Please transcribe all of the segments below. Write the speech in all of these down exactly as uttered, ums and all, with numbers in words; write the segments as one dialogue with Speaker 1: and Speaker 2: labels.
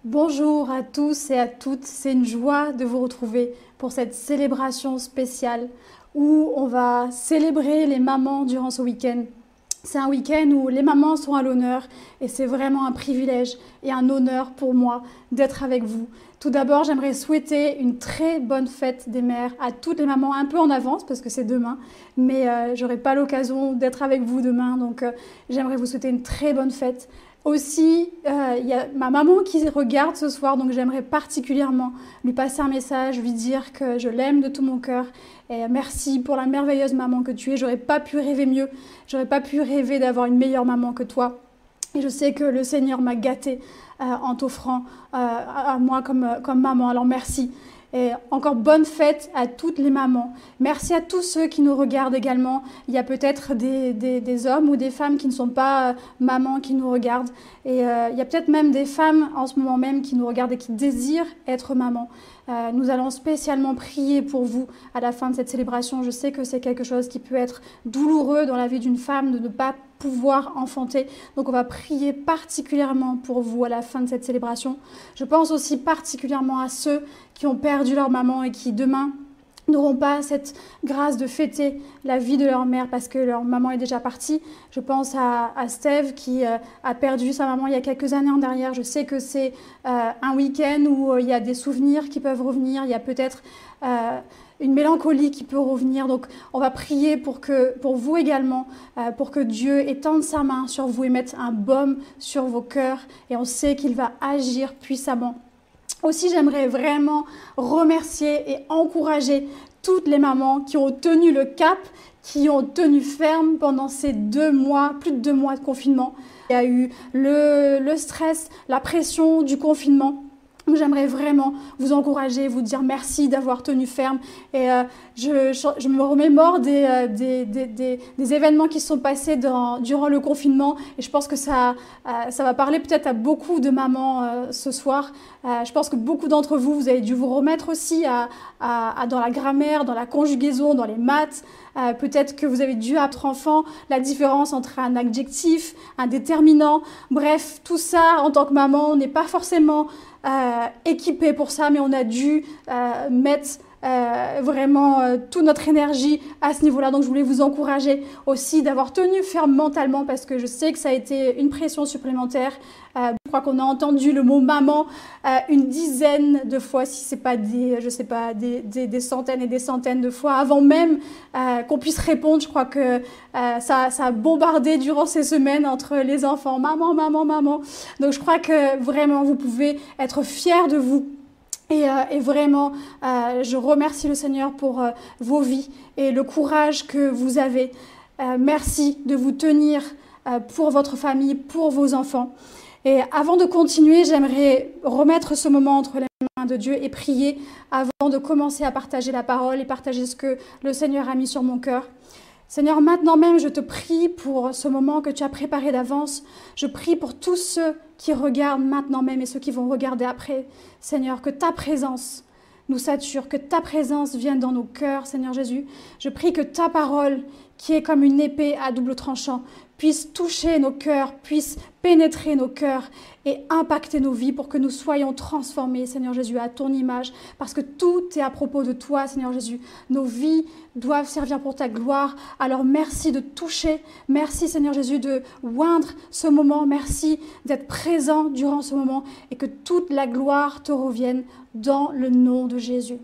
Speaker 1: Bonjour à tous et à toutes, c'est une joie de vous retrouver pour cette célébration spéciale où on va célébrer les mamans durant ce week-end. C'est un week-end où les mamans sont à l'honneur et c'est vraiment un privilège et un honneur pour moi d'être avec vous. Tout d'abord, j'aimerais souhaiter une très bonne fête des mères à toutes les mamans, un peu en avance parce que c'est demain, mais euh, j'aurai pas l'occasion d'être avec vous demain, donc euh, j'aimerais vous souhaiter une très bonne fête. Aussi, euh, il y a ma maman qui regarde ce soir, donc j'aimerais particulièrement lui passer un message, lui dire que je l'aime de tout mon cœur. Et merci pour la merveilleuse maman que tu es. J'aurais pas pu rêver mieux, j'aurais pas pu rêver d'avoir une meilleure maman que toi. Et je sais que le Seigneur m'a gâtée euh, en t'offrant euh, à moi comme, comme maman. Alors merci. Et encore bonne fête à toutes les mamans. Merci à tous ceux qui nous regardent également. Il y a peut-être des, des, des hommes ou des femmes qui ne sont pas euh, mamans qui nous regardent. Et euh, il y a peut-être même des femmes en ce moment même qui nous regardent et qui désirent être maman. Euh, nous allons spécialement prier pour vous à la fin de cette célébration. Je sais que c'est quelque chose qui peut être douloureux dans la vie d'une femme de ne pas pouvoir enfanter. Donc on va prier particulièrement pour vous à la fin de cette célébration. Je pense aussi particulièrement à ceux qui ont perdu leur maman et qui demain n'auront pas cette grâce de fêter la vie de leur mère parce que leur maman est déjà partie. Je pense à, à Steve qui euh, a perdu sa maman il y a quelques années en arrière. Je sais que c'est euh, un week-end où euh, il y a des souvenirs qui peuvent revenir. Il y a peut-être euh, une mélancolie qui peut revenir. Donc on va prier pour, que, pour vous également, euh, pour que Dieu étende sa main sur vous et mette un baume sur vos cœurs. Et on sait qu'il va agir puissamment. Aussi, j'aimerais vraiment remercier et encourager toutes les mamans qui ont tenu le cap, qui ont tenu ferme pendant ces deux mois, plus de deux mois de confinement. Il y a eu le, le stress, la pression du confinement. J'aimerais vraiment vous encourager, vous dire merci d'avoir tenu ferme. Et euh, je, je, je me remémore des, euh, des, des, des, des événements qui se sont passés dans, durant le confinement. Et je pense que ça, euh, ça va parler peut-être à beaucoup de mamans euh, ce soir. Euh, je pense que beaucoup d'entre vous, vous avez dû vous remettre aussi à, à, à, dans la grammaire, dans la conjugaison, dans les maths. Euh, peut-être que vous avez dû apprendre enfant la différence entre un adjectif, un déterminant. Bref, tout ça, en tant que maman, on n'est pas forcément euh, équipé pour ça, mais on a dû euh, mettre euh, vraiment euh, toute notre énergie à ce niveau-là. Donc, je voulais vous encourager aussi d'avoir tenu ferme mentalement parce que je sais que ça a été une pression supplémentaire. Euh, je crois qu'on a entendu le mot maman euh, une dizaine de fois, si ce n'est pas des, je sais pas, des, des, des centaines et des centaines de fois, avant même euh, qu'on puisse répondre. Je crois que euh, ça, ça a bombardé durant ces semaines entre les enfants. Maman, maman, maman. Donc je crois que vraiment vous pouvez être fiers de vous. Et, euh, et vraiment, euh, je remercie le Seigneur pour euh, vos vies et le courage que vous avez. Euh, merci de vous tenir euh, pour votre famille, pour vos enfants. Et avant de continuer, j'aimerais remettre ce moment entre les mains de Dieu et prier avant de commencer à partager la parole et partager ce que le Seigneur a mis sur mon cœur. Seigneur, maintenant même, je te prie pour ce moment que tu as préparé d'avance. Je prie pour tous ceux qui regardent maintenant même et ceux qui vont regarder après. Seigneur, que ta présence nous sature, que ta présence vienne dans nos cœurs, Seigneur Jésus. Je prie que ta parole, qui est comme une épée à double tranchant, puisse toucher nos cœurs, puisse pénétrer nos cœurs et impacter nos vies pour que nous soyons transformés, Seigneur Jésus, à ton image, parce que tout est à propos de toi, Seigneur Jésus. Nos vies doivent servir pour ta gloire. Alors merci de toucher, merci Seigneur Jésus de oindre ce moment, merci d'être présent durant ce moment et que toute la gloire te revienne dans le nom de Jésus.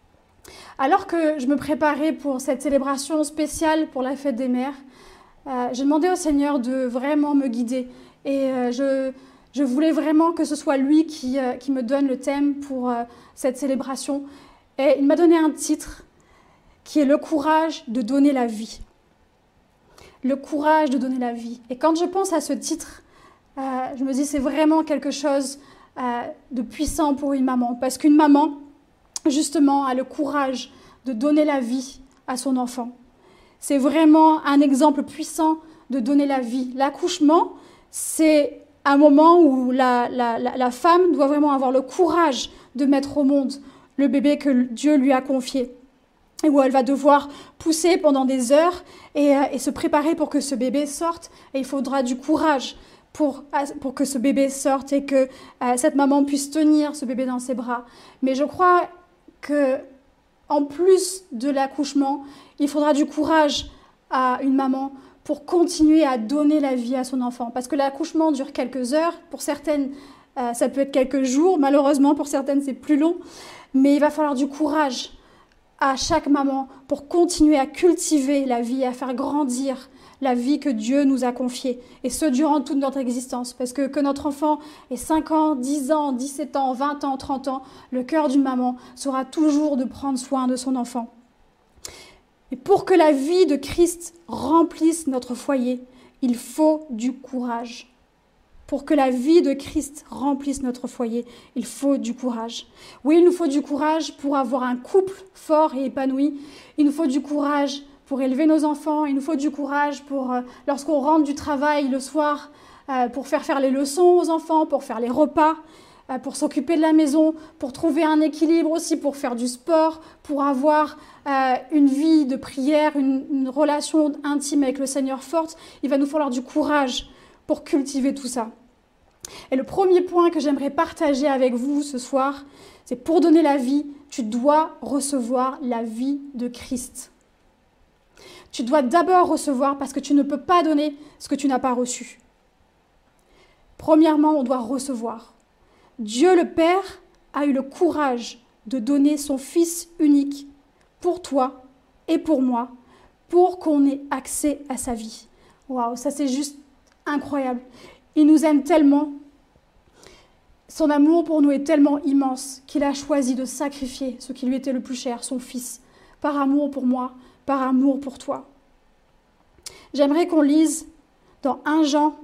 Speaker 1: Alors que je me préparais pour cette célébration spéciale pour la fête des mères, euh, j'ai demandé au Seigneur de vraiment me guider et euh, je, je voulais vraiment que ce soit lui qui, euh, qui me donne le thème pour euh, cette célébration. Et il m'a donné un titre qui est « Le courage de donner la vie ». Le courage de donner la vie. Et quand je pense à ce titre, euh, je me dis c'est vraiment quelque chose euh, de puissant pour une maman. Parce qu'une maman, justement, a le courage de donner la vie à son enfant. C'est vraiment un exemple puissant de donner la vie. L'accouchement, c'est un moment où la, la, la, la femme doit vraiment avoir le courage de mettre au monde le bébé que Dieu lui a confié. Et où elle va devoir pousser pendant des heures et, et se préparer pour que ce bébé sorte. Et il faudra du courage pour, pour que ce bébé sorte et que euh, cette maman puisse tenir ce bébé dans ses bras. Mais je crois que en plus de l'accouchement, il faudra du courage à une maman pour continuer à donner la vie à son enfant. Parce que l'accouchement dure quelques heures, pour certaines, euh, ça peut être quelques jours, malheureusement, pour certaines, c'est plus long. Mais il va falloir du courage à chaque maman pour continuer à cultiver la vie, à faire grandir la vie que Dieu nous a confiée, et ce, durant toute notre existence. Parce que que notre enfant ait cinq ans, dix ans, dix-sept ans, vingt ans, trente ans, le cœur d'une maman sera toujours de prendre soin de son enfant. Et pour que la vie de Christ remplisse notre foyer, il faut du courage. Pour que la vie de Christ remplisse notre foyer, il faut du courage. Oui, il nous faut du courage pour avoir un couple fort et épanoui. Il nous faut du courage pour élever nos enfants. Il nous faut du courage pour, euh, lorsqu'on rentre du travail le soir, euh, pour faire faire les leçons aux enfants, pour faire les repas, euh, pour s'occuper de la maison, pour trouver un équilibre aussi, pour faire du sport, pour avoir euh, une vie de prière, une, une relation intime avec le Seigneur forte. Il va nous falloir du courage pour cultiver tout ça. Et le premier point que j'aimerais partager avec vous ce soir, c'est pour donner la vie, tu dois recevoir la vie de Christ. Tu dois d'abord recevoir parce que tu ne peux pas donner ce que tu n'as pas reçu. Premièrement, on doit recevoir. Dieu le Père a eu le courage de donner son Fils unique pour toi et pour moi, pour qu'on ait accès à sa vie. Waouh, ça c'est juste incroyable. Il nous aime tellement. Son amour pour nous est tellement immense qu'il a choisi de sacrifier ce qui lui était le plus cher, son Fils, par amour pour moi, par amour pour toi. J'aimerais qu'on lise dans premier Jean,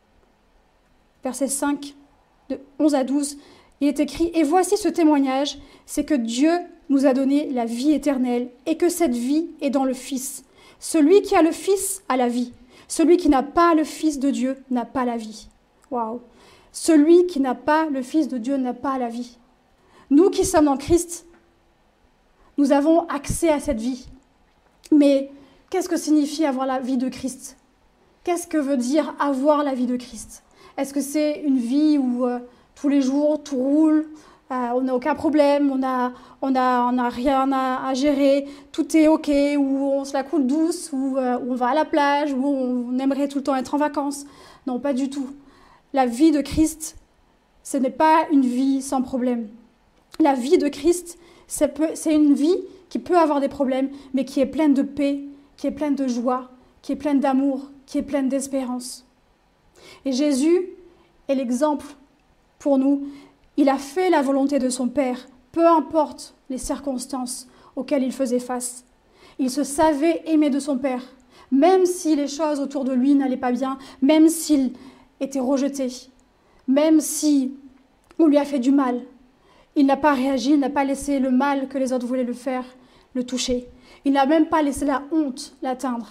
Speaker 1: verset cinq, de onze à douze, il est écrit « Et voici ce témoignage, c'est que Dieu nous a donné la vie éternelle et que cette vie est dans le Fils. Celui qui a le Fils a la vie. Celui qui n'a pas le Fils de Dieu n'a pas la vie. » Waouh! Celui qui n'a pas le Fils de Dieu n'a pas la vie. Nous qui sommes en Christ, nous avons accès à cette vie. Mais qu'est-ce que signifie avoir la vie de Christ? Qu'est-ce que veut dire avoir la vie de Christ? Est-ce que c'est une vie où euh, tous les jours tout roule, euh, on n'a aucun problème, on n'a on a, on a rien à, à gérer, tout est ok, où on se la coule douce, où, euh, où on va à la plage, où on aimerait tout le temps être en vacances? Non, pas du tout. La vie de Christ, ce n'est pas une vie sans problème. La vie de Christ, c'est une vie qui peut avoir des problèmes, mais qui est pleine de paix, qui est pleine de joie, qui est pleine d'amour, qui est pleine d'espérance. Et Jésus est l'exemple pour nous. Il a fait la volonté de son Père, peu importe les circonstances auxquelles il faisait face. Il se savait aimé de son Père, même si les choses autour de lui n'allaient pas bien, même s'il était rejeté, même si on lui a fait du mal. Il n'a pas réagi, il n'a pas laissé le mal que les autres voulaient le faire le toucher. Il n'a même pas laissé la honte l'atteindre.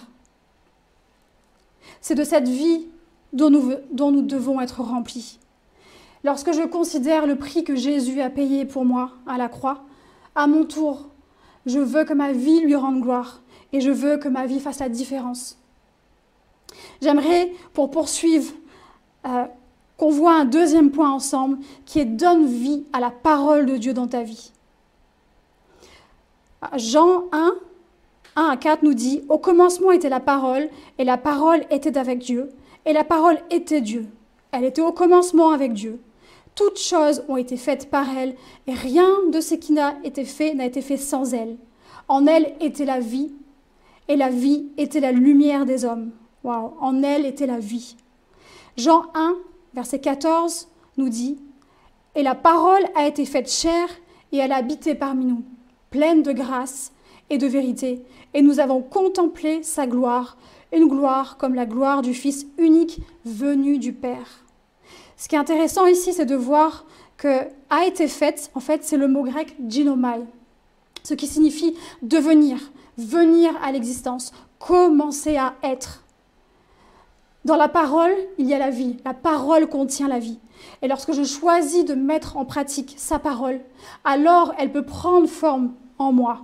Speaker 1: C'est de cette vie dont nous, dont nous devons être remplis. Lorsque je considère le prix que Jésus a payé pour moi à la croix, à mon tour, je veux que ma vie lui rende gloire et je veux que ma vie fasse la différence. J'aimerais, pour poursuivre, euh, qu'on voit un deuxième point ensemble qui est « donne vie à la parole de Dieu dans ta vie ». Jean un, un à quatre nous dit « Au commencement était la parole, et la parole était avec Dieu, et la parole était Dieu. Elle était au commencement avec Dieu. Toutes choses ont été faites par elle, et rien de ce qui n'a été fait n'a été fait sans elle. En elle était la vie, et la vie était la lumière des hommes. » Waouh, en elle était la vie. Jean un, verset quatorze, nous dit « Et la parole a été faite chair, et elle a habité parmi nous, pleine de grâce et de vérité, et nous avons contemplé sa gloire, une gloire comme la gloire du Fils unique venu du Père. » Ce qui est intéressant ici, c'est de voir que « a été faite », en fait, c'est le mot grec « ginomai », ce qui signifie devenir, venir à l'existence, commencer à être. Dans la parole, il y a la vie. La parole contient la vie. Et lorsque je choisis de mettre en pratique sa parole, alors elle peut prendre forme en moi.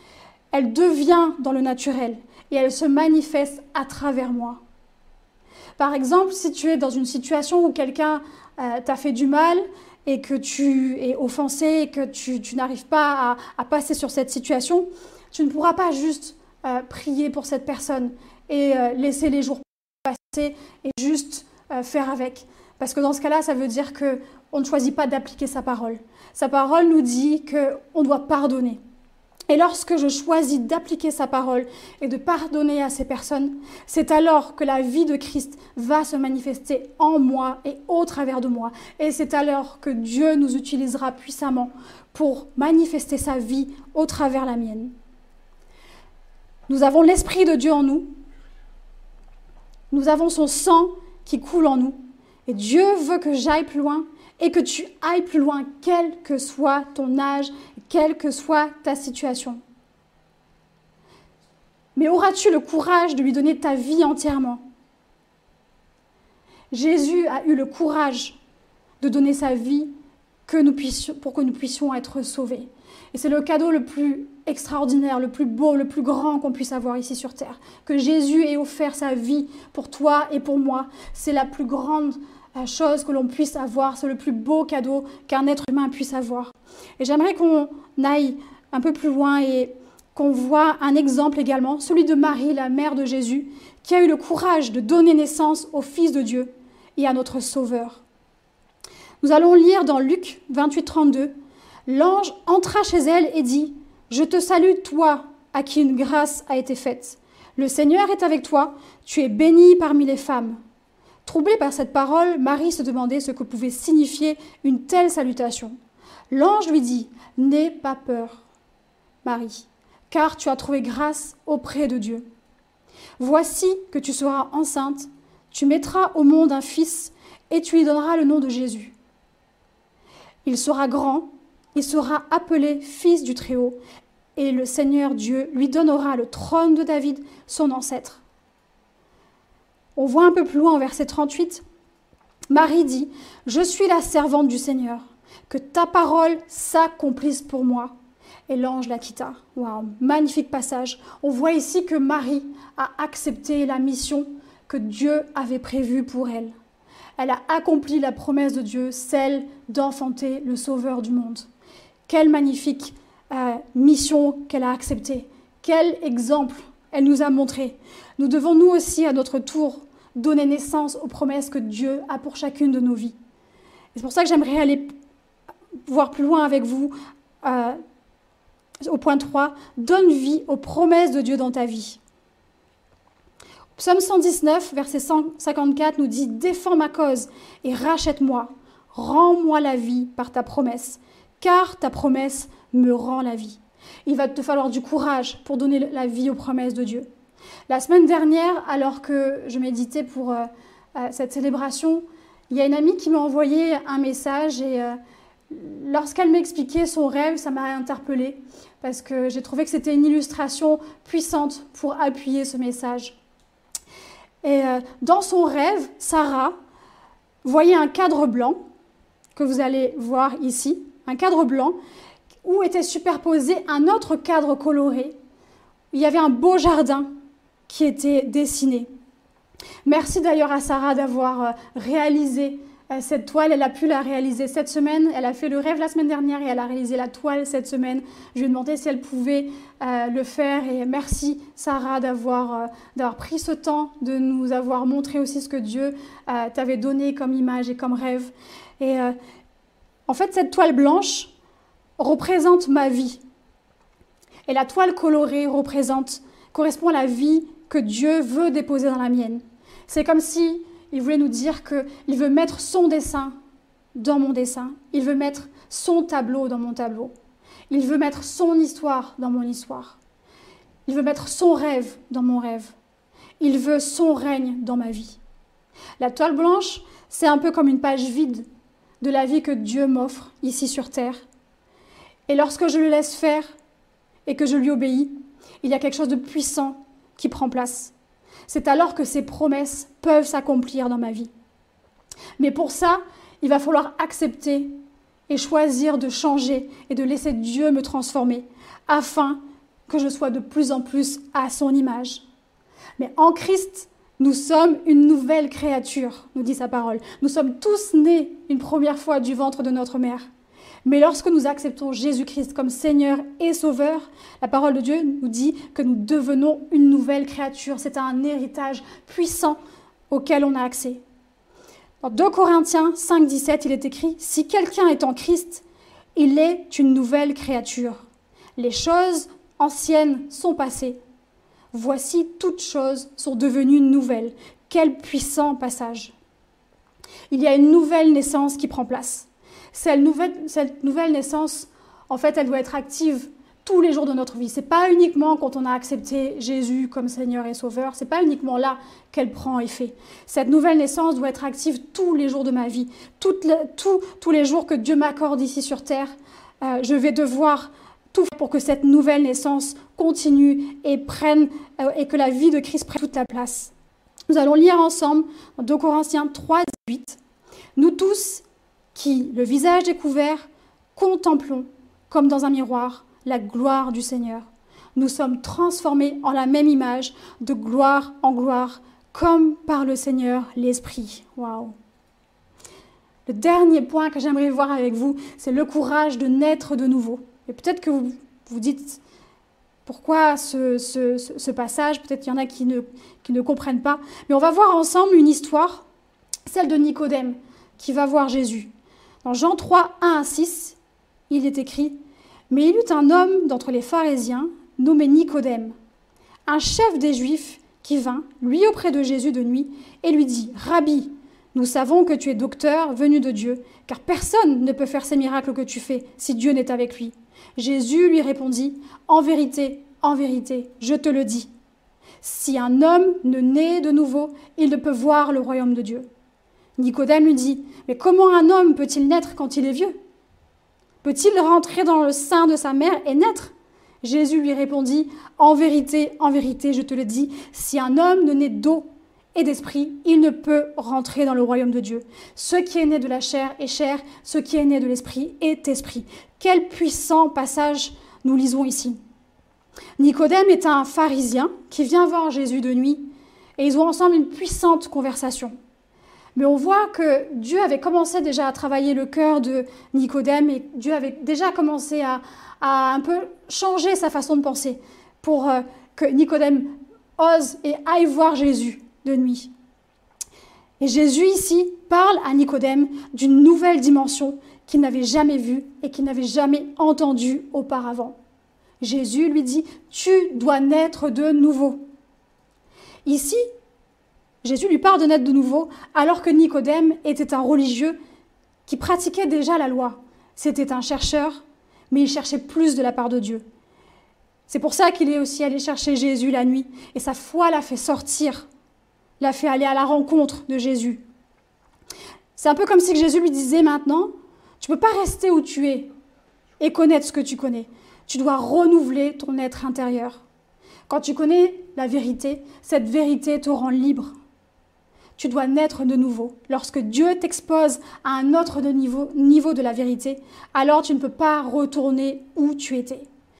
Speaker 1: Elle devient dans le naturel et elle se manifeste à travers moi. Par exemple, si tu es dans une situation où quelqu'un euh, t'a fait du mal et que tu es offensé et que tu, tu n'arrives pas à, à passer sur cette situation, tu ne pourras pas juste euh, prier pour cette personne et euh, laisser les jours passer et juste euh, faire avec. Parce que dans ce cas-là, ça veut dire qu'on ne choisit pas d'appliquer sa parole. Sa parole nous dit qu'on doit pardonner. Et lorsque je choisis d'appliquer sa parole et de pardonner à ces personnes, c'est alors que la vie de Christ va se manifester en moi et au travers de moi. Et c'est alors que Dieu nous utilisera puissamment pour manifester sa vie au travers la mienne. Nous avons l'Esprit de Dieu en nous. Nous avons son sang qui coule en nous. Et Dieu veut que j'aille plus loin et que tu ailles plus loin, quel que soit ton âge, quelle que soit ta situation. Mais auras-tu le courage de lui donner ta vie entièrement? Jésus a eu le courage de donner sa vie que nous puissions, pour que nous puissions être sauvés. Et c'est le cadeau le plus extraordinaire, le plus beau, le plus grand qu'on puisse avoir ici sur terre. Que Jésus ait offert sa vie pour toi et pour moi, c'est la plus grande chose que l'on puisse avoir, c'est le plus beau cadeau qu'un être humain puisse avoir. Et j'aimerais qu'on aille un peu plus loin et qu'on voit un exemple également, celui de Marie, la mère de Jésus, qui a eu le courage de donner naissance au Fils de Dieu et à notre Sauveur. Nous allons lire dans Luc vingt-huit, trente-deux, « L'ange entra chez elle et dit, « Je te salue, toi, à qui une grâce a été faite. Le Seigneur est avec toi, tu es bénie parmi les femmes. » Troublée par cette parole, Marie se demandait ce que pouvait signifier une telle salutation. L'ange lui dit, « N'aie pas peur, Marie, car tu as trouvé grâce auprès de Dieu. Voici que tu seras enceinte, tu mettras au monde un fils et tu lui donneras le nom de Jésus. Il sera grand, il sera appelé fils du Très-Haut, et le Seigneur Dieu lui donnera le trône de David, son ancêtre. » On voit un peu plus loin au verset trente-huit, Marie dit, « Je suis la servante du Seigneur, que ta parole s'accomplisse pour moi. » Et l'ange la quitta. Waouh, magnifique passage. On voit ici que Marie a accepté la mission que Dieu avait prévue pour elle. Elle a accompli la promesse de Dieu, celle d'enfanter le Sauveur du monde. Quelle magnifique euh, mission qu'elle a acceptée. Quel exemple elle nous a montré. Nous devons nous aussi, à notre tour, donner naissance aux promesses que Dieu a pour chacune de nos vies. Et c'est pour ça que j'aimerais aller voir plus loin avec vous euh, au point trois. Donne vie aux promesses de Dieu dans ta vie. Psaume cent dix-neuf, verset cent cinquante-quatre nous dit « Défends ma cause et rachète-moi. Rends-moi la vie par ta promesse, car ta promesse me rend la vie. » Il va te falloir du courage pour donner la vie aux promesses de Dieu. La semaine dernière, alors que je méditais pour euh, euh, cette célébration, il y a une amie qui m'a envoyé un message et euh, lorsqu'elle m'expliquait son rêve, ça m'a interpellée parce que j'ai trouvé que c'était une illustration puissante pour appuyer ce message. Et euh, dans son rêve, Sarah voyait un cadre blanc que vous allez voir ici, un cadre blanc où était superposé un autre cadre coloré. Il y avait un beau jardin qui était dessiné. Merci d'ailleurs à Sarah d'avoir réalisé cette toile. Elle a pu la réaliser cette semaine. Elle a fait le rêve la semaine dernière et elle a réalisé la toile cette semaine. Je lui ai demandé si elle pouvait euh, le faire. Et merci Sarah d'avoir, euh, d'avoir pris ce temps, de nous avoir montré aussi ce que Dieu euh, t'avait donné comme image et comme rêve. Et euh, en fait, cette toile blanche représente ma vie. Et la toile colorée représente, correspond à la vie que Dieu veut déposer dans la mienne. C'est comme si il voulait nous dire qu'il veut mettre son dessin dans mon dessin. Il veut mettre son tableau dans mon tableau. Il veut mettre son histoire dans mon histoire. Il veut mettre son rêve dans mon rêve. Il veut son règne dans ma vie. La toile blanche, c'est un peu comme une page vide de la vie que Dieu m'offre ici sur terre. Et lorsque je le laisse faire et que je lui obéis, il y a quelque chose de puissant qui prend place. C'est alors que ces promesses peuvent s'accomplir dans ma vie. Mais pour ça, il va falloir accepter et choisir de changer et de laisser Dieu me transformer afin que je sois de plus en plus à son image. Mais en Christ, Nous sommes une nouvelle créature, nous dit sa parole. Nous sommes tous nés une première fois du ventre de notre mère. Mais lorsque nous acceptons Jésus-Christ comme Seigneur et Sauveur, la parole de Dieu nous dit que nous devenons une nouvelle créature. C'est un héritage puissant auquel on a accès. Dans deux Corinthiens cinq, dix-sept, il est écrit « Si quelqu'un est en Christ, il est une nouvelle créature. Les choses anciennes sont passées. Voici, toutes choses sont devenues nouvelles. » Quel puissant passage! Il y a une nouvelle naissance qui prend place. Cette nouvelle, cette nouvelle naissance, en fait, elle doit être active tous les jours de notre vie. Ce n'est pas uniquement quand on a accepté Jésus comme Seigneur et Sauveur, ce n'est pas uniquement là qu'elle prend effet. Cette nouvelle naissance doit être active tous les jours de ma vie. Toutes les, tous, tous les jours que Dieu m'accorde ici sur terre, euh, je vais devoir tout faire pour que cette nouvelle naissance continue et, prenne, euh, et que la vie de Christ prenne toute la place. Nous allons lire ensemble dans deux Corinthiens trois, dix-huit. « Nous tous, qui, le visage découvert, contemplons, comme dans un miroir, la gloire du Seigneur. Nous sommes transformés en la même image, de gloire en gloire, comme par le Seigneur l'Esprit. » Waouh! Le dernier point que j'aimerais voir avec vous, c'est le courage de naître de nouveau. Et peut-être que vous vous dites, pourquoi ce, ce, ce passage? Peut-être qu'il y en a qui ne, qui ne comprennent pas. Mais on va voir ensemble une histoire, celle de Nicodème, qui va voir Jésus. Dans Jean trois, un à six, il est écrit « Mais il eut un homme d'entre les pharisiens, nommé Nicodème, un chef des Juifs, qui vint, lui auprès de Jésus de nuit, et lui dit « Rabbi, nous savons que tu es docteur venu de Dieu, car personne ne peut faire ces miracles que tu fais si Dieu n'est avec lui. » Jésus lui répondit « En vérité, en vérité, je te le dis, si un homme ne naît de nouveau, il ne peut voir le royaume de Dieu. » Nicodème lui dit « Mais comment un homme peut-il naître quand il est vieux? Peut-il rentrer dans le sein de sa mère et naître ?» Jésus lui répondit « En vérité, en vérité, je te le dis, si un homme ne naît d'eau et d'esprit, il ne peut rentrer dans le royaume de Dieu. Ce qui est né de la chair est chair, ce qui est né de l'esprit est esprit. » Quel puissant passage nous lisons ici. Nicodème est un pharisien qui vient voir Jésus de nuit et ils ont ensemble une puissante conversation. Mais on voit que Dieu avait commencé déjà à travailler le cœur de Nicodème et Dieu avait déjà commencé à, à un peu changer sa façon de penser pour euh, que Nicodème ose et aille voir Jésus de nuit. Et Jésus ici parle à Nicodème d'une nouvelle dimension qu'il n'avait jamais vue et qu'il n'avait jamais entendue auparavant. Jésus lui dit « Tu dois naître de nouveau ». Ici, Jésus lui parle de naître de nouveau alors que Nicodème était un religieux qui pratiquait déjà la loi. C'était un chercheur, mais il cherchait plus de la part de Dieu. C'est pour ça qu'il est aussi allé chercher Jésus la nuit et sa foi l'a fait sortir, l'a fait aller à la rencontre de Jésus. C'est un peu comme si Jésus lui disait maintenant, tu ne peux pas rester où tu es et connaître ce que tu connais. Tu dois renouveler ton être intérieur. Quand tu connais la vérité, cette vérité te rend libre. Tu dois naître de nouveau. Lorsque Dieu t'expose à un autre niveau, niveau de la vérité, alors tu ne peux pas retourner où tu étais.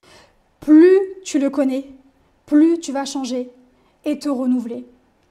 Speaker 1: Plus tu le connais, plus tu vas changer et te renouveler.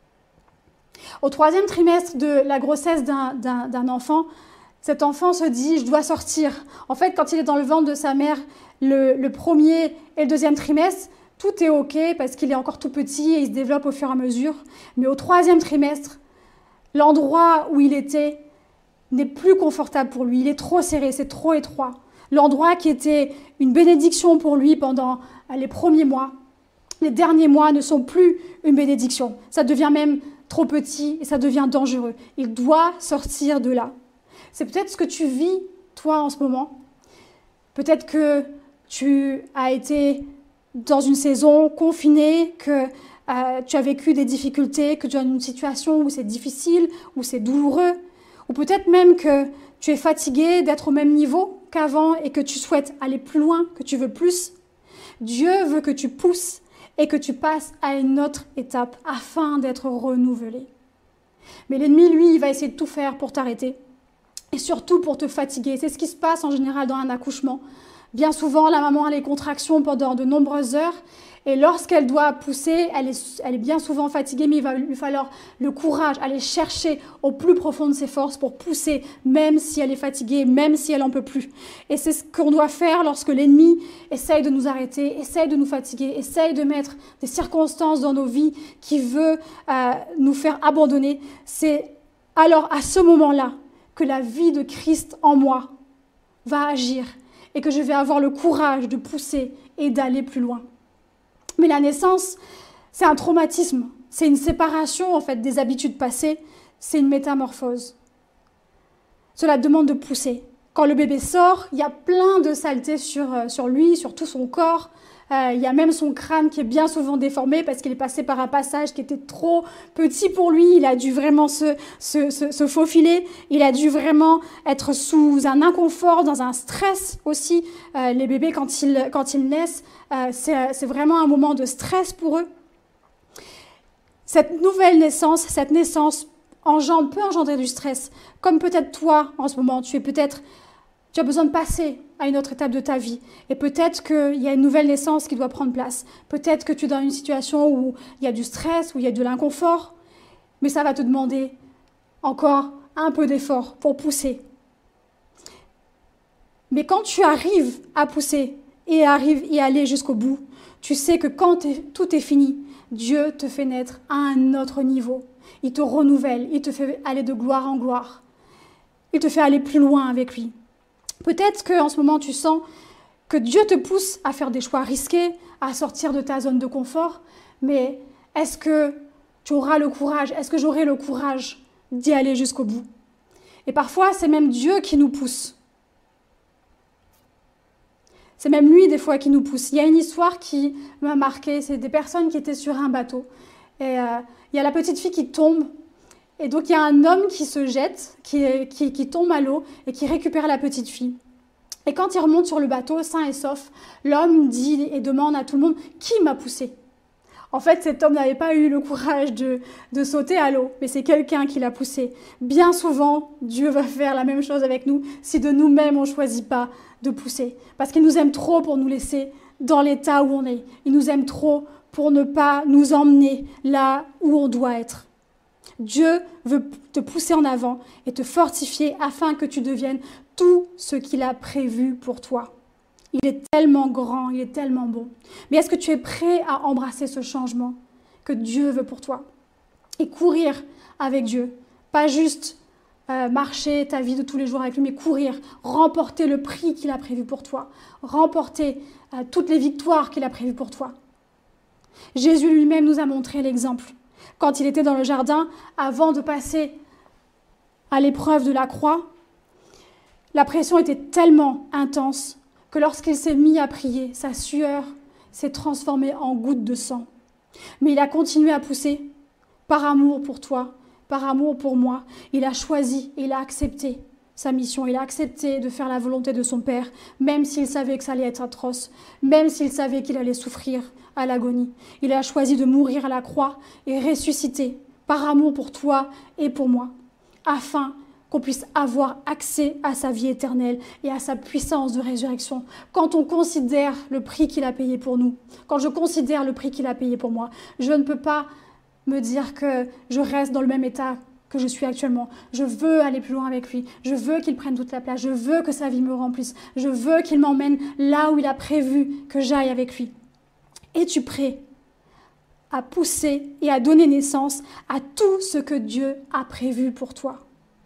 Speaker 1: Au troisième trimestre de la grossesse d'un, d'un, d'un enfant, cet enfant se dit « je dois sortir ». En fait, quand il est dans le ventre de sa mère, le, le premier et le deuxième trimestre, tout est OK parce qu'il est encore tout petit et il se développe au fur et à mesure. Mais au troisième trimestre, l'endroit où il était n'est plus confortable pour lui. Il est trop serré, c'est trop étroit. L'endroit qui était une bénédiction pour lui pendant les premiers mois, les derniers mois ne sont plus une bénédiction. Ça devient même trop petit et ça devient dangereux. Il doit sortir de là. C'est peut-être ce que tu vis, toi, en ce moment. Peut-être que tu as été dans une saison confinée, que euh, tu as vécu des difficultés, que tu as une situation où c'est difficile, où c'est douloureux, ou peut-être même que tu es fatigué d'être au même niveau qu'avant et que tu souhaites aller plus loin, que tu veux plus. Dieu veut que tu pousses et que tu passes à une autre étape afin d'être renouvelé. Mais l'ennemi, lui, il va essayer de tout faire pour t'arrêter et surtout pour te fatiguer. C'est ce qui se passe en général dans un accouchement. Bien souvent, la maman a les contractions pendant de nombreuses heures. Et lorsqu'elle doit pousser, elle est, elle est bien souvent fatiguée, mais il va lui falloir le courage, aller chercher au plus profond de ses forces pour pousser, même si elle est fatiguée, même si elle n'en peut plus. Et c'est ce qu'on doit faire lorsque l'ennemi essaye de nous arrêter, essaye de nous fatiguer, essaye de mettre des circonstances dans nos vies qui veut euh, nous faire abandonner. C'est alors à ce moment-là que la vie de Christ en moi va agir et que je vais avoir le courage de pousser et d'aller plus loin. Mais la naissance, c'est un traumatisme, c'est une séparation en fait des habitudes passées, c'est une métamorphose. Cela demande de pousser. Quand le bébé sort, il y a plein de saletés sur, sur lui, sur tout son corps. Euh, il y a même son crâne qui est bien souvent déformé parce qu'il est passé par un passage qui était trop petit pour lui. Il a dû vraiment se, se, se, se faufiler. Il a dû vraiment être sous un inconfort, dans un stress aussi. Euh, les bébés, quand ils, quand ils naissent, euh, c'est, c'est vraiment un moment de stress pour eux. Cette nouvelle naissance, cette naissance engendre, peut engendrer du stress. Comme peut-être toi, en ce moment, tu es peut-être... Tu as besoin de passer à une autre étape de ta vie. Et peut-être qu'il y a une nouvelle naissance qui doit prendre place. Peut-être que tu es dans une situation où il y a du stress, où il y a de l'inconfort. Mais ça va te demander encore un peu d'effort pour pousser. Mais quand tu arrives à pousser et arrives à aller jusqu'au bout, tu sais que quand tout est fini, Dieu te fait naître à un autre niveau. Il te renouvelle, il te fait aller de gloire en gloire. Il te fait aller plus loin avec lui. Peut-être qu'en ce moment, tu sens que Dieu te pousse à faire des choix risqués, à sortir de ta zone de confort. Mais est-ce que tu auras le courage, est-ce que j'aurai le courage d'y aller jusqu'au bout? Et parfois, c'est même Dieu qui nous pousse. C'est même lui, des fois, qui nous pousse. Il y a une histoire qui m'a marquée. C'est des personnes qui étaient sur un bateau. Et euh, il y a la petite fille qui tombe. Et donc, il y a un homme qui se jette, qui, qui, qui tombe à l'eau et qui récupère la petite fille. Et quand il remonte sur le bateau, sain et sauf, l'homme dit et demande à tout le monde « Qui m'a poussé ?» En fait, cet homme n'avait pas eu le courage de, de sauter à l'eau, mais c'est quelqu'un qui l'a poussé. Bien souvent, Dieu va faire la même chose avec nous si de nous-mêmes on ne choisit pas de pousser. Parce qu'il nous aime trop pour nous laisser dans l'état où on est. Il nous aime trop pour ne pas nous emmener là où on doit être. Dieu veut te pousser en avant et te fortifier afin que tu deviennes tout ce qu'il a prévu pour toi. Il est tellement grand, il est tellement bon. Mais est-ce que tu es prêt à embrasser ce changement que Dieu veut pour toi? Et courir avec Dieu, pas juste euh, marcher ta vie de tous les jours avec lui, mais courir, remporter le prix qu'il a prévu pour toi, remporter euh, toutes les victoires qu'il a prévues pour toi. Jésus lui-même nous a montré l'exemple. Quand il était dans le jardin, avant de passer à l'épreuve de la croix, la pression était tellement intense que lorsqu'il s'est mis à prier, sa sueur s'est transformée en gouttes de sang. Mais il a continué à pousser par amour pour toi, par amour pour moi. Il a choisi, il a accepté sa mission, il a accepté de faire la volonté de son Père, même s'il savait que ça allait être atroce, même s'il savait qu'il allait souffrir à l'agonie. Il a choisi de mourir à la croix et ressusciter par amour pour toi et pour moi, afin qu'on puisse avoir accès à sa vie éternelle et à sa puissance de résurrection. Quand on considère le prix qu'il a payé pour nous, quand je considère le prix qu'il a payé pour moi, je ne peux pas me dire que je reste dans le même état que je suis actuellement. Je veux aller plus loin avec lui. Je veux qu'il prenne toute la place. Je veux que sa vie me remplisse. Je veux qu'il m'emmène là où il a prévu que j'aille avec lui. Es-tu prêt à pousser et à donner naissance à tout ce que Dieu a prévu pour toi?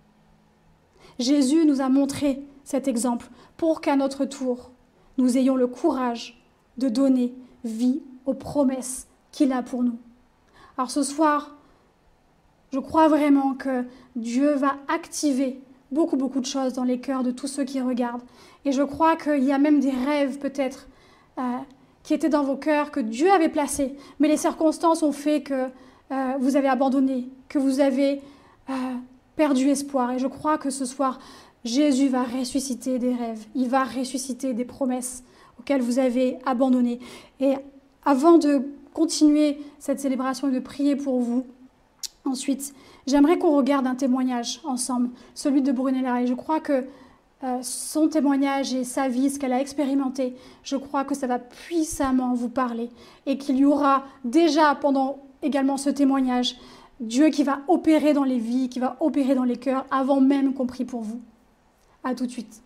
Speaker 1: Jésus nous a montré cet exemple pour qu'à notre tour, nous ayons le courage de donner vie aux promesses qu'il a pour nous. Alors ce soir, je crois vraiment que Dieu va activer beaucoup, beaucoup de choses dans les cœurs de tous ceux qui regardent. Et je crois qu'il y a même des rêves peut-être euh, qui étaient dans vos cœurs, que Dieu avait placés. Mais les circonstances ont fait que euh, vous avez abandonné, que vous avez euh, perdu espoir. Et je crois que ce soir, Jésus va ressusciter des rêves. Il va ressusciter des promesses auxquelles vous avez abandonné. Et avant de continuer cette célébration et de prier pour vous, ensuite, j'aimerais qu'on regarde un témoignage ensemble, celui de Brunella. Et je crois que euh, son témoignage et sa vie, ce qu'elle a expérimenté, je crois que ça va puissamment vous parler et qu'il y aura déjà pendant également ce témoignage, Dieu qui va opérer dans les vies, qui va opérer dans les cœurs avant même qu'on prie pour vous. À tout de suite.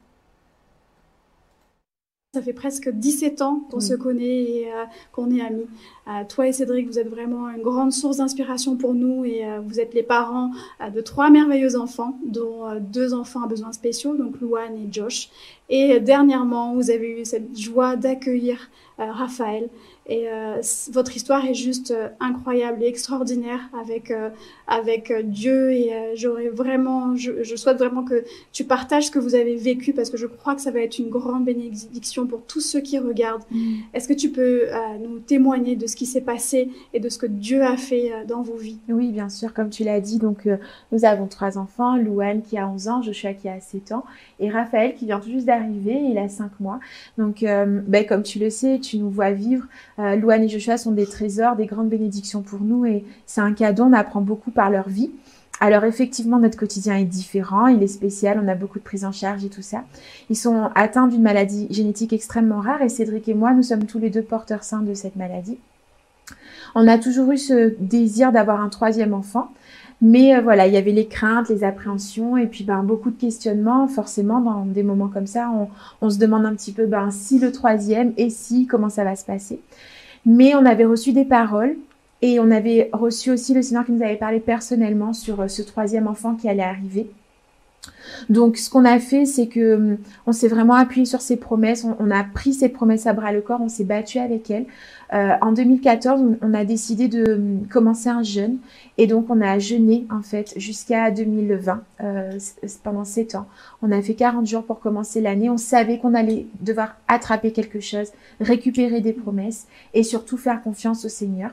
Speaker 1: Ça fait presque dix-sept ans qu'on oui. se connaît et euh, qu'on est amis. Euh, toi et Cédric, vous êtes vraiment une grande source d'inspiration pour nous et euh, vous êtes les parents euh, de trois merveilleux enfants, dont euh, deux enfants à besoins spéciaux, donc Louane et Josh. Et euh, dernièrement, vous avez eu cette joie d'accueillir euh, Raphaël. Et euh, votre histoire est juste euh, incroyable et extraordinaire avec, euh, avec euh, Dieu. Et euh, j'aurais vraiment, je, je souhaite vraiment que tu partages ce que vous avez vécu parce que je crois que ça va être une grande bénédiction pour tous ceux qui regardent. Mmh. Est-ce que tu peux euh, nous témoigner de ce qui s'est passé et de ce que Dieu a fait euh, dans vos vies?
Speaker 2: Oui, bien sûr, comme tu l'as dit, donc euh, nous avons trois enfants, Louane qui a onze ans, Joshua qui a sept ans et Raphaël qui vient tout juste d'arriver, il a cinq mois. Donc, euh, ben, comme tu le sais, tu nous vois vivre. Euh, Louane et Joshua sont des trésors, des grandes bénédictions pour nous et c'est un cadeau, on apprend beaucoup par leur vie. Alors effectivement, notre quotidien est différent, il est spécial, on a beaucoup de prise en charge et tout ça. Ils sont atteints d'une maladie génétique extrêmement rare et Cédric et moi, nous sommes tous les deux porteurs sains de cette maladie. On a toujours eu ce désir d'avoir un troisième enfant, mais euh, voilà, il y avait les craintes, les appréhensions et puis ben, beaucoup de questionnements. Forcément, dans des moments comme ça, on, on se demande un petit peu ben, si le troisième et si, comment ça va se passer. Mais on avait reçu des paroles et on avait reçu aussi le Seigneur qui nous avait parlé personnellement sur ce troisième enfant qui allait arriver. Donc, ce qu'on a fait, c'est que on s'est vraiment appuyé sur ces promesses. On, on a pris ces promesses à bras le corps. On s'est battu avec elles. Euh, en deux mille quatorze, on, on a décidé de commencer un jeûne et donc on a jeûné en fait jusqu'à deux mille vingt euh, pendant sept ans. On a fait quarante jours pour commencer l'année. On savait qu'on allait devoir attraper quelque chose, récupérer des promesses et surtout faire confiance au Seigneur.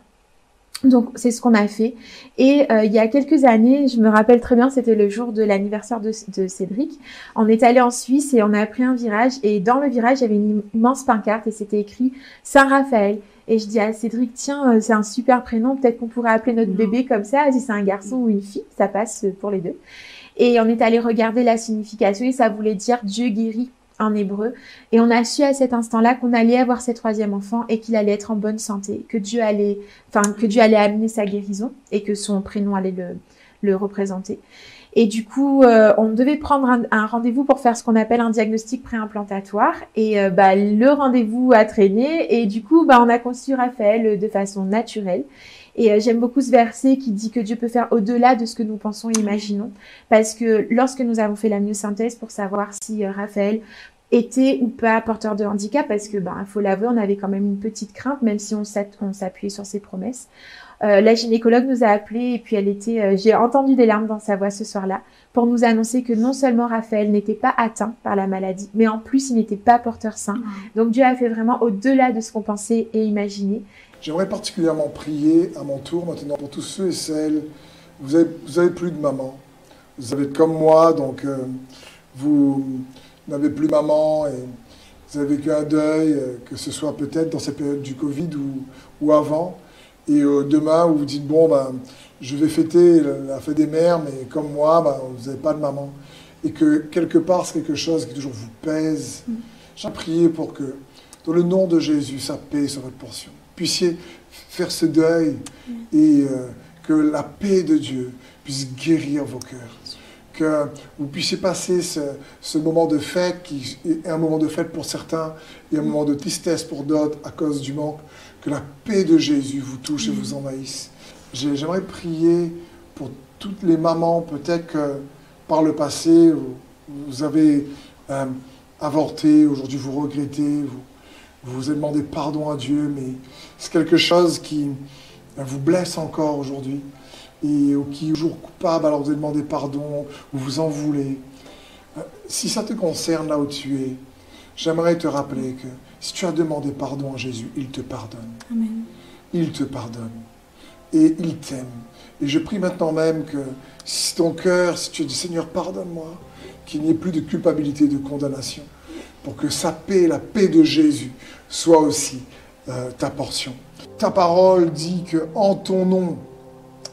Speaker 2: Donc, c'est ce qu'on a fait. Et euh, il y a quelques années, je me rappelle très bien, c'était le jour de l'anniversaire de, de Cédric. On est allé en Suisse et on a pris un virage. Et dans le virage, il y avait une immense pancarte et c'était écrit Saint-Raphaël. Et je dis à Cédric, tiens, euh, c'est un super prénom, peut-être qu'on pourrait appeler notre bébé comme ça. Si c'est un garçon ou une fille, ça passe pour les deux. Et on est allé regarder la signification et ça voulait dire Dieu guérit en hébreu. Et on a su à cet instant-là qu'on allait avoir ce troisième enfant et qu'il allait être en bonne santé, que Dieu allait, enfin, que Dieu allait amener sa guérison et que son prénom allait le, le représenter. Et du coup, euh, on devait prendre un, un rendez-vous pour faire ce qu'on appelle un diagnostic préimplantatoire. Et euh, bah, le rendez-vous a traîné et du coup, bah, on a conçu Raphaël de façon naturelle. Et euh, j'aime beaucoup ce verset qui dit que Dieu peut faire au-delà de ce que nous pensons et imaginons. Parce que lorsque nous avons fait la myosynthèse pour savoir si euh, Raphaël était ou pas porteur de handicap, parce que, ben, il faut l'avouer, on avait quand même une petite crainte, même si on s'appuyait sur ses promesses. Euh, la gynécologue nous a appelés et puis elle était, euh, j'ai entendu des larmes dans sa voix ce soir-là pour nous annoncer que non seulement Raphaël n'était pas atteint par la maladie, mais en plus il n'était pas porteur sain. Mmh. Donc Dieu a fait vraiment au-delà de ce qu'on pensait et imaginait.
Speaker 3: J'aimerais particulièrement prier à mon tour maintenant pour tous ceux et celles, vous avez, vous avez plus de maman, vous avez comme moi, donc euh, vous n'avez plus maman et vous avez vécu un deuil, euh, que ce soit peut-être dans cette période du Covid ou, ou avant. Et euh, demain, vous vous dites, bon, ben, je vais fêter la fête des mères, mais comme moi, ben, vous n'avez pas de maman. Et que quelque part, c'est quelque chose qui toujours vous pèse. Mm. J'ai prié pour que, dans le nom de Jésus, sa paix soit votre portion. Puissiez faire ce deuil mm. et euh, que la paix de Dieu puisse guérir vos cœurs. Que vous puissiez passer ce, ce moment de fête, qui est un moment de fête pour certains, et un moment de tristesse pour d'autres à cause du manque. Que la paix de Jésus vous touche et vous envahisse. J'aimerais prier pour toutes les mamans, peut-être que par le passé, vous, vous avez euh, avorté, aujourd'hui vous regrettez, vous, vous avez demandé pardon à Dieu, mais c'est quelque chose qui euh, vous blesse encore aujourd'hui, et ou qui est toujours coupable, alors vous avez demandé pardon, vous vous en voulez. Euh, si ça te concerne là où tu es, j'aimerais te rappeler que si tu as demandé pardon à Jésus, il te pardonne.
Speaker 1: Amen.
Speaker 3: Il te pardonne. Et il t'aime. Et je prie maintenant même que si ton cœur, si tu dis Seigneur, pardonne-moi, qu'il n'y ait plus de culpabilité, de condamnation, pour que sa paix, la paix de Jésus, soit aussi euh, ta portion. Ta parole dit qu'en ton nom,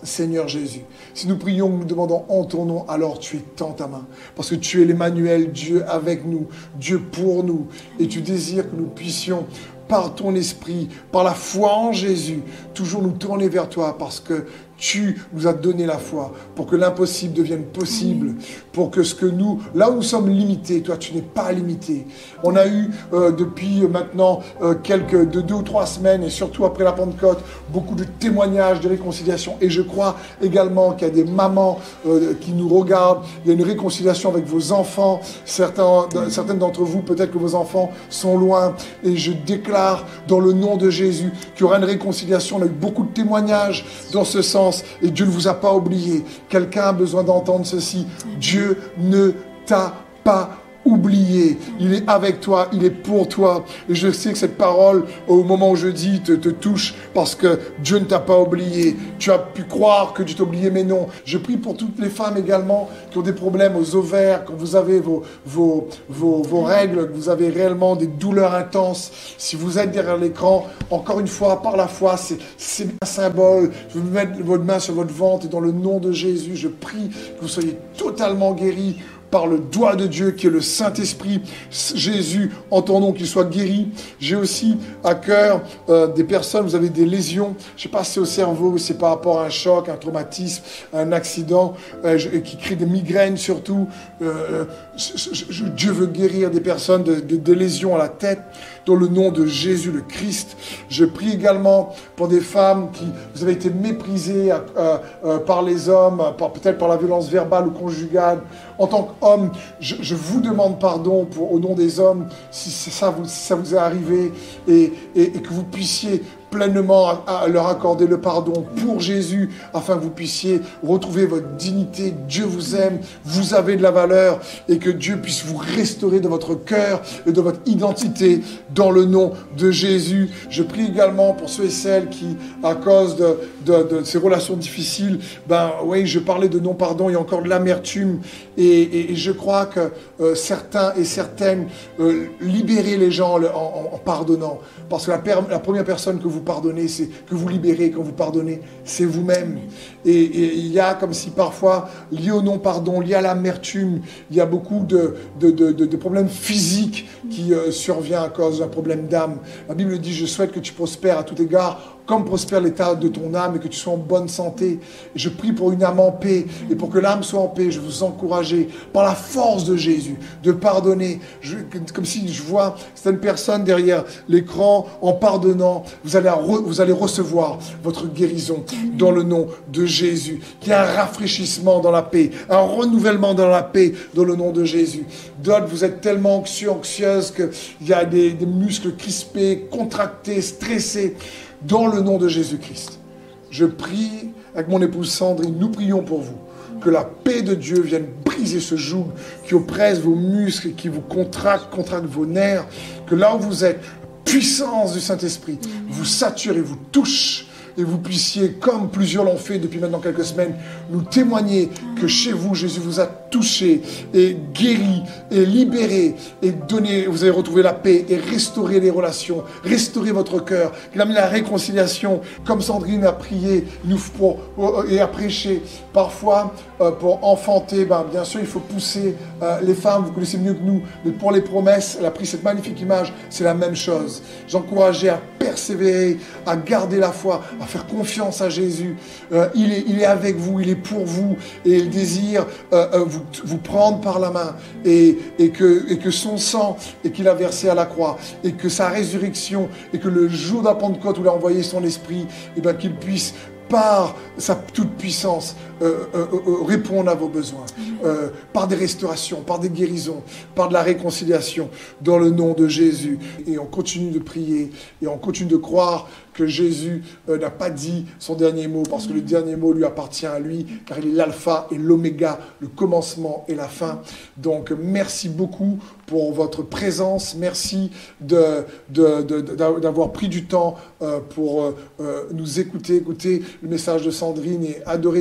Speaker 3: Seigneur Jésus. Si nous prions, nous demandons en ton nom, alors tu étends ta main. Parce que tu es l'Emmanuel, Dieu avec nous, Dieu pour nous. Et tu désires que nous puissions, par ton esprit, par la foi en Jésus, toujours nous tourner vers toi parce que tu nous as donné la foi pour que l'impossible devienne possible, pour que ce que nous, là où nous sommes limités, toi tu n'es pas limité. On a eu euh, depuis maintenant euh, quelques, de deux ou trois semaines et surtout après la Pentecôte, beaucoup de témoignages de réconciliation et je crois également qu'il y a des mamans euh, qui nous regardent, il y a une réconciliation avec vos enfants, certains, certaines d'entre vous peut-être que vos enfants sont loin et je déclare dans le nom de Jésus qu'il y aura une réconciliation. On a eu beaucoup de témoignages dans ce sens. Et Dieu ne vous a pas oublié. Quelqu'un a besoin d'entendre ceci. Dieu ne t'a pas oublié. Il est avec toi, il est pour toi. Et je sais que cette parole, au moment où je dis, te, te touche parce que Dieu ne t'a pas oublié. Tu as pu croire que Dieu t'a oublié, mais non. Je prie pour toutes les femmes également qui ont des problèmes aux ovaires, quand vous avez vos, vos, vos, vos règles, que vous avez réellement des douleurs intenses. Si vous êtes derrière l'écran, encore une fois, par la foi, c'est, c'est un symbole. Je vais mettre votre main sur votre ventre et dans le nom de Jésus, je prie que vous soyez totalement guéris par le doigt de Dieu qui est le Saint-Esprit. Jésus, en ton nom, qu'il soit guéri. J'ai aussi à cœur euh, des personnes, vous avez des lésions, je ne sais pas si c'est au cerveau, c'est par rapport à un choc, un traumatisme, un accident, euh, je, qui crée des migraines surtout. Euh, je, je, Dieu veut guérir des personnes de, de, de lésions à la tête, dans le nom de Jésus le Christ. Je prie également pour des femmes qui, vous avez été méprisées euh, euh, par les hommes, par, peut-être par la violence verbale ou conjugale. En tant qu'homme, je, je vous demande pardon pour, au nom des hommes, si ça vous, si ça vous est arrivé, et, et, et que vous puissiez pleinement à, à leur accorder le pardon pour Jésus, afin que vous puissiez retrouver votre dignité. Dieu vous aime, vous avez de la valeur, et que Dieu puisse vous restaurer de votre cœur et de votre identité dans le nom de Jésus. Je prie également pour ceux et celles qui, à cause de, de, de ces relations difficiles, ben oui, je parlais de non-pardon, il y a encore de l'amertume, et, et, et je crois que euh, certains et certaines euh, libérez les gens en, en, en pardonnant, parce que la, per, la première personne que vous pardonnez, c'est que vous libérez quand vous pardonnez, c'est vous-même. Et, et il y a comme si parfois, lié au non-pardon, lié à l'amertume, il y a beaucoup de, de, de, de, de problèmes physiques qui euh, surviennent à cause d'un problème d'âme. La Bible dit, je souhaite que tu prospères à tout égard, comme prospère l'état de ton âme et que tu sois en bonne santé. Et je prie pour une âme en paix et pour que l'âme soit en paix. Je vous encourage par la force de Jésus de pardonner. Je, comme si je vois certaines personnes derrière l'écran en pardonnant. Vous allez, re, vous allez recevoir votre guérison dans le nom de Jésus. Qu'il y ait un rafraîchissement dans la paix, un renouvellement dans la paix dans le nom de Jésus. D'autres, vous êtes tellement anxieux, anxieuses qu'il y a des, des muscles crispés, contractés, stressés. Dans le nom de Jésus-Christ, je prie avec mon épouse Sandrine, nous prions pour vous, que la paix de Dieu vienne briser ce joug qui oppresse vos muscles, qui vous contracte, contracte vos nerfs, que là où vous êtes, puissance du Saint-Esprit vous sature et vous touche, et vous puissiez, comme plusieurs l'ont fait depuis maintenant quelques semaines, nous témoigner que chez vous, Jésus vous a touché et guéri et libéré et donné, vous avez retrouvé la paix et restauré les relations, restauré votre cœur, qu'il a mis la réconciliation, comme Sandrine a prié nous, pour, et a prêché. Parfois, euh, pour enfanter, ben, bien sûr, il faut pousser euh, les femmes, vous connaissez mieux que nous, mais pour les promesses, elle a pris cette magnifique image, c'est la même chose. J'encourageais à persévérer, à garder la foi, à faire confiance à Jésus. Euh, il, est, il est avec vous, il est pour vous, et il désire euh, euh, vous, vous prendre par la main, et, et, que, et que son sang, et qu'il a versé à la croix, et que sa résurrection, et que le jour de la Pentecôte où il a envoyé son esprit, et ben, qu'il puisse par sa toute puissance, euh, euh, euh, répondre à vos besoins, euh, par des restaurations, par des guérisons, par de la réconciliation, dans le nom de Jésus. Et on continue de prier, et on continue de croire que Jésus euh, n'a pas dit son dernier mot, parce que le dernier mot lui appartient à lui, car il est l'alpha et l'oméga, le commencement et la fin. Donc, merci beaucoup pour votre présence. Merci de, de, de, de, d'avoir pris du temps euh, pour euh, nous écouter, écouter le message de Sandrine et adorer Dieu avec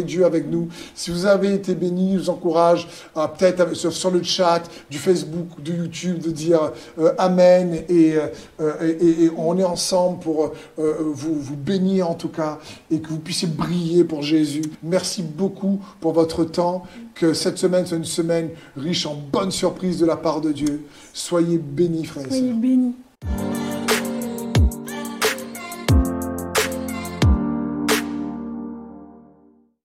Speaker 3: avec nous. Si vous avez été bénis, je vous encourage à peut-être sur, sur le chat du Facebook, du YouTube, de dire euh, Amen et, euh, et, et on est ensemble pour euh, vous, vous bénir en tout cas et que vous puissiez briller pour Jésus. Merci beaucoup pour votre temps. Que cette semaine soit une semaine riche en bonnes surprises de la part de Dieu. Soyez bénis, frères et sœurs.
Speaker 1: Soyez bénis.